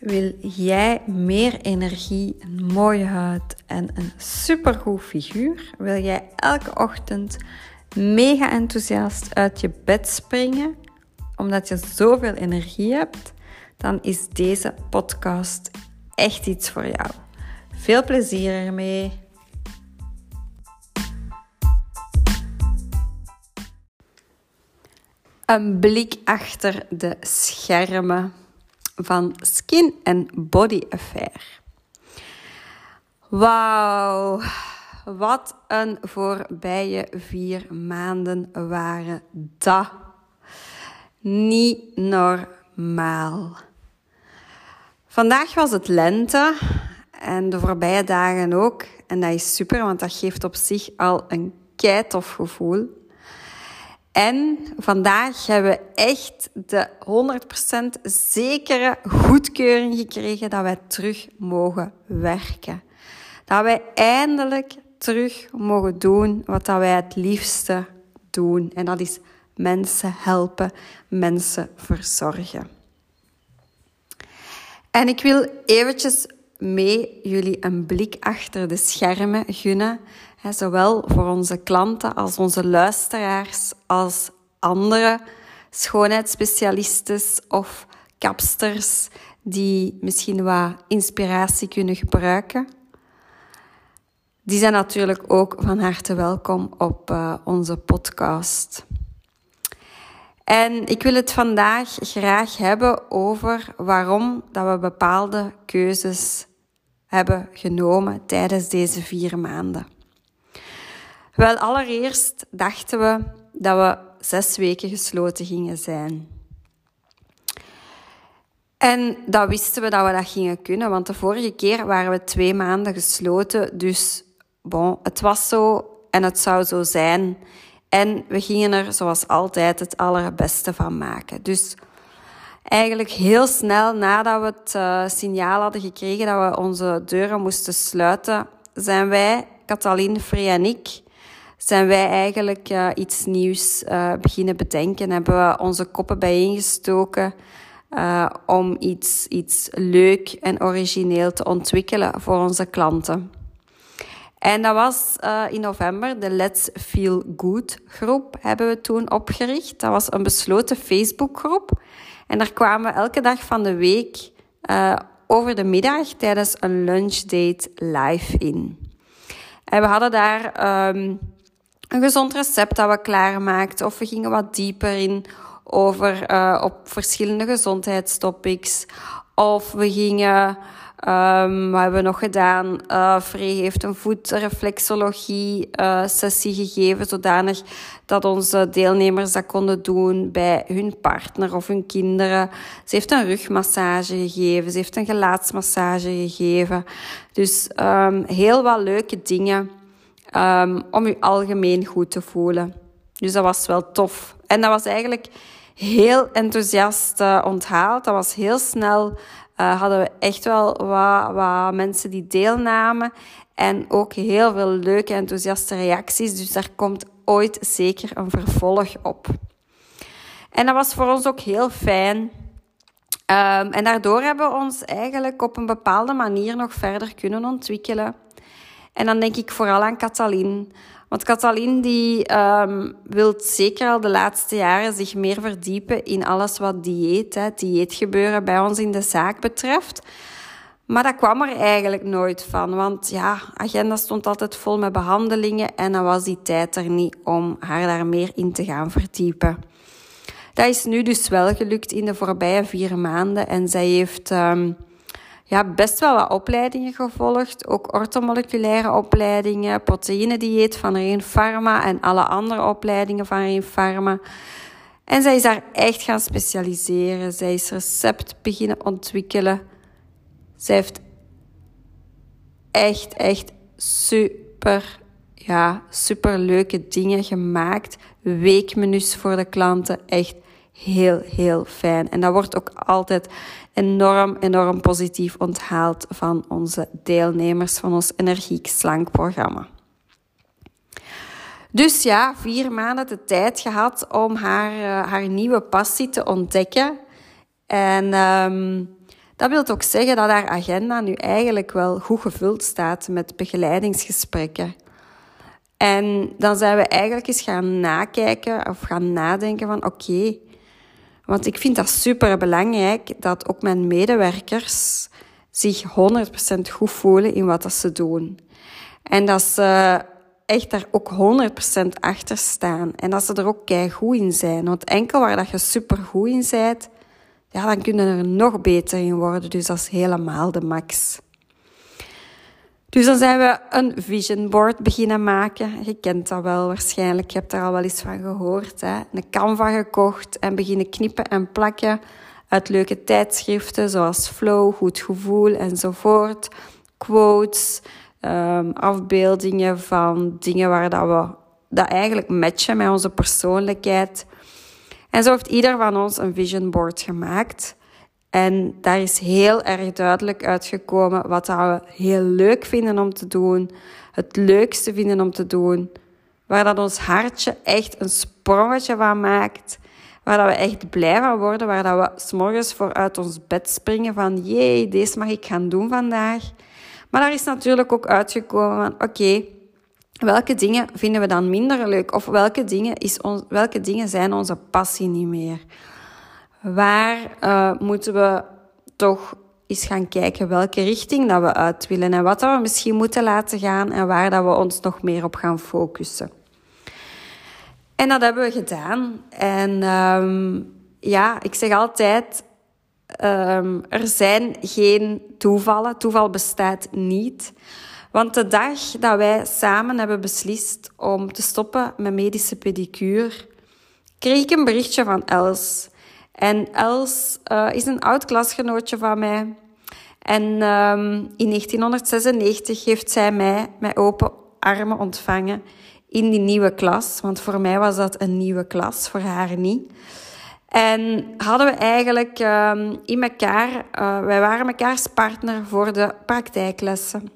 Wil jij meer energie, een mooie huid en een supergoed figuur? Wil jij elke ochtend mega enthousiast uit je bed springen omdat je zoveel energie hebt? Dan is deze podcast echt iets voor jou. Veel plezier ermee! Een blik achter de schermen van Skin and Body Affair. Wauw, wat een voorbije 4 maanden waren dat. Niet normaal. Vandaag was het lente en de voorbije dagen ook. En dat is super, want dat geeft op zich al een keitof gevoel. En vandaag hebben we echt de 100% zekere goedkeuring gekregen dat wij terug mogen werken. Dat wij eindelijk terug mogen doen wat wij het liefste doen. En dat is mensen helpen, mensen verzorgen. En ik wil eventjes mee jullie een blik achter de schermen gunnen. Zowel voor onze klanten als onze luisteraars, als andere schoonheidsspecialisten of kapsters die misschien wat inspiratie kunnen gebruiken. Die zijn natuurlijk ook van harte welkom op onze podcast. En ik wil het vandaag graag hebben over waarom dat we bepaalde keuzes hebben genomen tijdens deze 4 maanden. Wel, allereerst dachten we dat we 6 weken gesloten gingen zijn. En dat wisten we dat we dat gingen kunnen, want de vorige keer waren we 2 maanden gesloten. Dus het was zo en het zou zo zijn. En we gingen er zoals altijd het allerbeste van maken. Dus eigenlijk heel snel nadat we het signaal hadden gekregen dat we onze deuren moesten sluiten, zijn wij, Katalien, Free en ik, zijn wij eigenlijk iets nieuws beginnen bedenken. Hebben we onze koppen bijeengestoken om iets leuk en origineel te ontwikkelen voor onze klanten. En dat was in november de Let's Feel Good groep hebben we toen opgericht. Dat was een besloten Facebookgroep. En daar kwamen we elke dag van de week over de middag tijdens een lunchdate live in. En we hadden daar een gezond recept dat we klaarmaakten. Of we gingen wat dieper in over op verschillende gezondheidstopics. Of we gingen, wat hebben we nog gedaan? Free heeft een voetreflexologie sessie gegeven, zodanig dat onze deelnemers dat konden doen bij hun partner of hun kinderen. Ze heeft een rugmassage gegeven, ze heeft een gelaatsmassage gegeven. Dus heel wat leuke dingen om je algemeen goed te voelen. Dus dat was wel tof. En dat was eigenlijk heel enthousiast onthaald. Dat was heel snel. Hadden we echt wel wat mensen die deelnamen. En ook heel veel leuke, enthousiaste reacties. Dus daar komt ooit zeker een vervolg op. En dat was voor ons ook heel fijn. En daardoor hebben we ons eigenlijk op een bepaalde manier nog verder kunnen ontwikkelen. En dan denk ik vooral aan Katalien. Want Katalien die wil zeker al de laatste jaren zich meer verdiepen in alles wat dieetgebeuren bij ons in de zaak betreft. Maar dat kwam er eigenlijk nooit van. Want ja, agenda stond altijd vol met behandelingen en dan was die tijd er niet om haar daar meer in te gaan verdiepen. Dat is nu dus wel gelukt in de voorbije 4 maanden en zij heeft best wel wat opleidingen gevolgd. Ook orthomoleculaire opleidingen, proteïnedieet van Reen Pharma en alle andere opleidingen van Reen Pharma. En zij is daar echt gaan specialiseren. Zij is recept beginnen ontwikkelen. Zij heeft echt super leuke dingen gemaakt. Weekmenus voor de klanten. Echt heel fijn. En dat wordt ook altijd enorm positief onthaald van onze deelnemers van ons Energiek Slank programma. Dus ja, 4 maanden de tijd gehad om haar nieuwe passie te ontdekken. En Dat wil ook zeggen dat haar agenda nu eigenlijk wel goed gevuld staat met begeleidingsgesprekken. En dan zijn we eigenlijk eens gaan nakijken of gaan nadenken van oké, want ik vind dat super belangrijk dat ook mijn medewerkers zich 100% goed voelen in wat ze doen. En dat ze echt daar ook 100% achter staan. En dat ze er ook keigoed in zijn. Want enkel waar dat je super goed in bent, ja, dan kunnen er nog beter in worden. Dus dat is helemaal de max. Dus dan zijn we een vision board beginnen maken. Je kent dat wel waarschijnlijk. Je hebt daar al wel eens van gehoord. Hè? Een Canva gekocht en beginnen knippen en plakken uit leuke tijdschriften zoals Flow, Goed Gevoel enzovoort. Quotes, afbeeldingen van dingen waar we dat eigenlijk matchen met onze persoonlijkheid. En zo heeft ieder van ons een vision board gemaakt. En daar is heel erg duidelijk uitgekomen wat we heel leuk vinden om te doen. Het leukste vinden om te doen. Waar dat ons hartje echt een sprongetje van maakt. Waar dat we echt blij van worden. Waar dat we 's morgens voor uit ons bed springen van jee, deze mag ik gaan doen vandaag. Maar daar is natuurlijk ook uitgekomen van oké, welke dingen vinden we dan minder leuk? Of welke dingen zijn onze passie niet meer? Waar moeten we toch eens gaan kijken welke richting dat we uit willen en wat dat we misschien moeten laten gaan en waar dat we ons nog meer op gaan focussen. En dat hebben we gedaan. En ik zeg altijd, er zijn geen toevallen. Toeval bestaat niet. Want de dag dat wij samen hebben beslist om te stoppen met medische pedicure, kreeg ik een berichtje van Els. En Els is een oud klasgenootje van mij. En in 1996 heeft zij mij met open armen ontvangen in die nieuwe klas. Want voor mij was dat een nieuwe klas, voor haar niet. En hadden we eigenlijk in elkaar, wij waren mekaars partner voor de praktijklessen.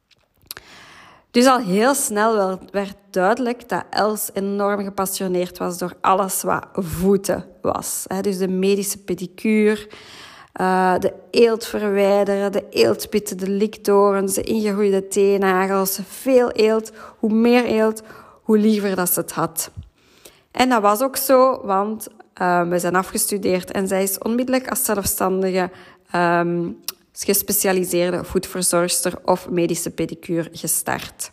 Dus al heel snel werd duidelijk dat Els enorm gepassioneerd was door alles wat voeten was. Dus de medische pedicure, de eelt verwijderen, de eeltpitten, de liktorens, de ingegroeide teennagels. Veel eelt, hoe meer eelt, hoe liever dat ze het had. En dat was ook zo, want we zijn afgestudeerd en zij is onmiddellijk als zelfstandige gespecialiseerde voetverzorgster of medische pedicure gestart.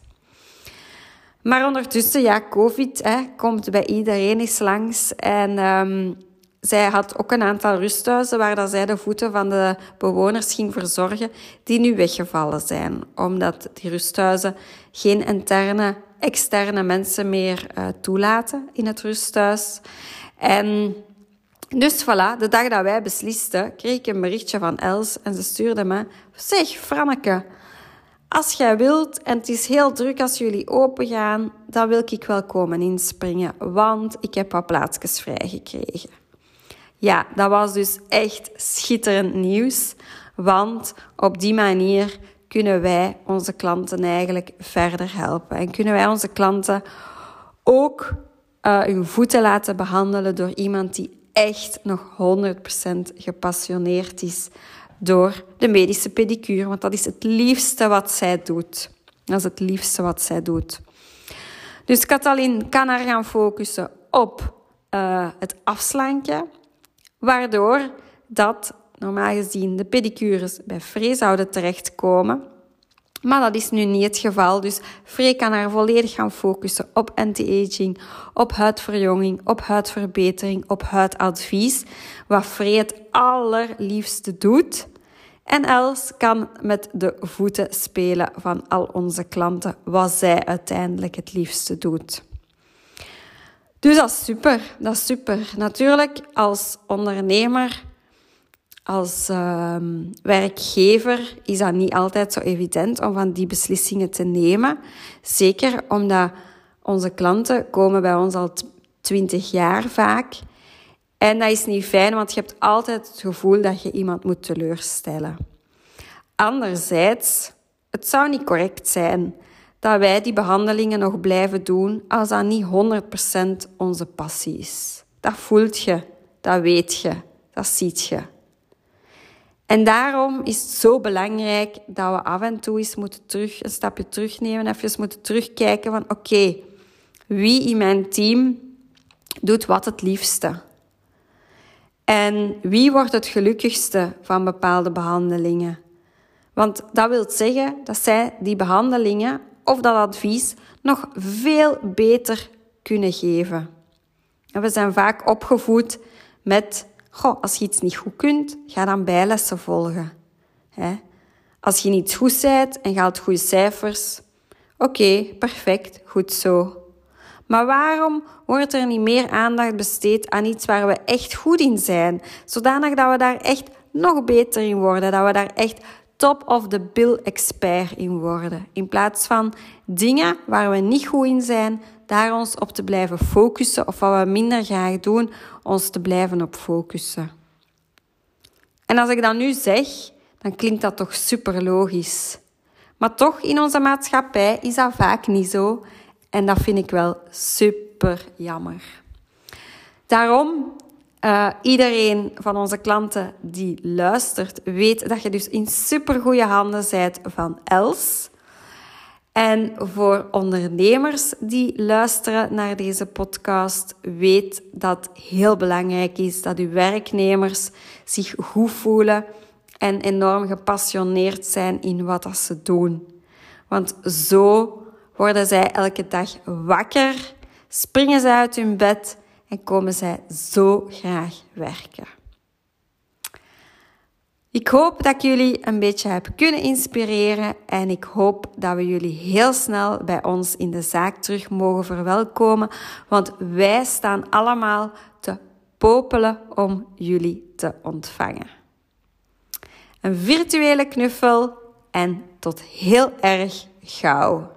Maar ondertussen, COVID komt bij iedereen eens langs. En zij had ook een aantal rusthuizen waar dat zij de voeten van de bewoners ging verzorgen, die nu weggevallen zijn. Omdat die rusthuizen geen externe mensen meer toelaten in het rusthuis. En dus voilà, de dag dat wij beslisten, kreeg ik een berichtje van Els en ze stuurde me: zeg, Franneke, als jij wilt en het is heel druk als jullie open gaan, dan wil ik wel komen inspringen, want ik heb wat plaatsjes vrijgekregen. Ja, dat was dus echt schitterend nieuws, want op die manier kunnen wij onze klanten eigenlijk verder helpen. En kunnen wij onze klanten ook hun voeten laten behandelen door iemand die echt nog 100% gepassioneerd is door de medische pedicure. Want dat is het liefste wat zij doet. Dat is het liefste wat zij doet. Dus Katalin kan haar gaan focussen op het afslanken. Waardoor dat normaal gezien de pedicures bij Free zouden terechtkomen. Maar dat is nu niet het geval. Dus Free kan haar volledig gaan focussen op anti-aging, op huidverjonging, op huidverbetering, op huidadvies. Wat Free het allerliefste doet. En Els kan met de voeten spelen van al onze klanten, wat zij uiteindelijk het liefste doet. Dus dat is super, dat is super. Natuurlijk, als ondernemer, als werkgever is dat niet altijd zo evident om van die beslissingen te nemen. Zeker omdat onze klanten komen bij ons al 20 jaar vaak. En dat is niet fijn, want je hebt altijd het gevoel dat je iemand moet teleurstellen. Anderzijds, het zou niet correct zijn dat wij die behandelingen nog blijven doen als dat niet 100% onze passie is. Dat voelt je, dat weet je, dat ziet je. En daarom is het zo belangrijk dat we af en toe eens moeten een stapje terugnemen, even moeten terugkijken van oké, wie in mijn team doet wat het liefste? En wie wordt het gelukkigste van bepaalde behandelingen? Want dat wil zeggen dat zij die behandelingen of dat advies nog veel beter kunnen geven. En we zijn vaak opgevoed met, als je iets niet goed kunt, ga dan bijlessen volgen. Als je niet goed bent en je haalt goede cijfers, oké, perfect, goed zo. Maar waarom wordt er niet meer aandacht besteed aan iets waar we echt goed in zijn? Zodanig dat we daar echt nog beter in worden. Dat we daar echt top of the bill expert in worden. In plaats van dingen waar we niet goed in zijn, daar ons op te blijven focussen. Of wat we minder graag doen, ons te blijven op focussen. En als ik dat nu zeg, dan klinkt dat toch super logisch. Maar toch, in onze maatschappij is dat vaak niet zo. En dat vind ik wel super jammer. Daarom, iedereen van onze klanten die luistert, weet dat je dus in supergoeie handen bent van Els. En voor ondernemers die luisteren naar deze podcast, weet dat het heel belangrijk is dat uw werknemers zich goed voelen en enorm gepassioneerd zijn in wat ze doen. Want zo worden zij elke dag wakker, springen zij uit hun bed en komen zij zo graag werken. Ik hoop dat ik jullie een beetje heb kunnen inspireren en ik hoop dat we jullie heel snel bij ons in de zaak terug mogen verwelkomen, want wij staan allemaal te popelen om jullie te ontvangen. Een virtuele knuffel en tot heel erg gauw.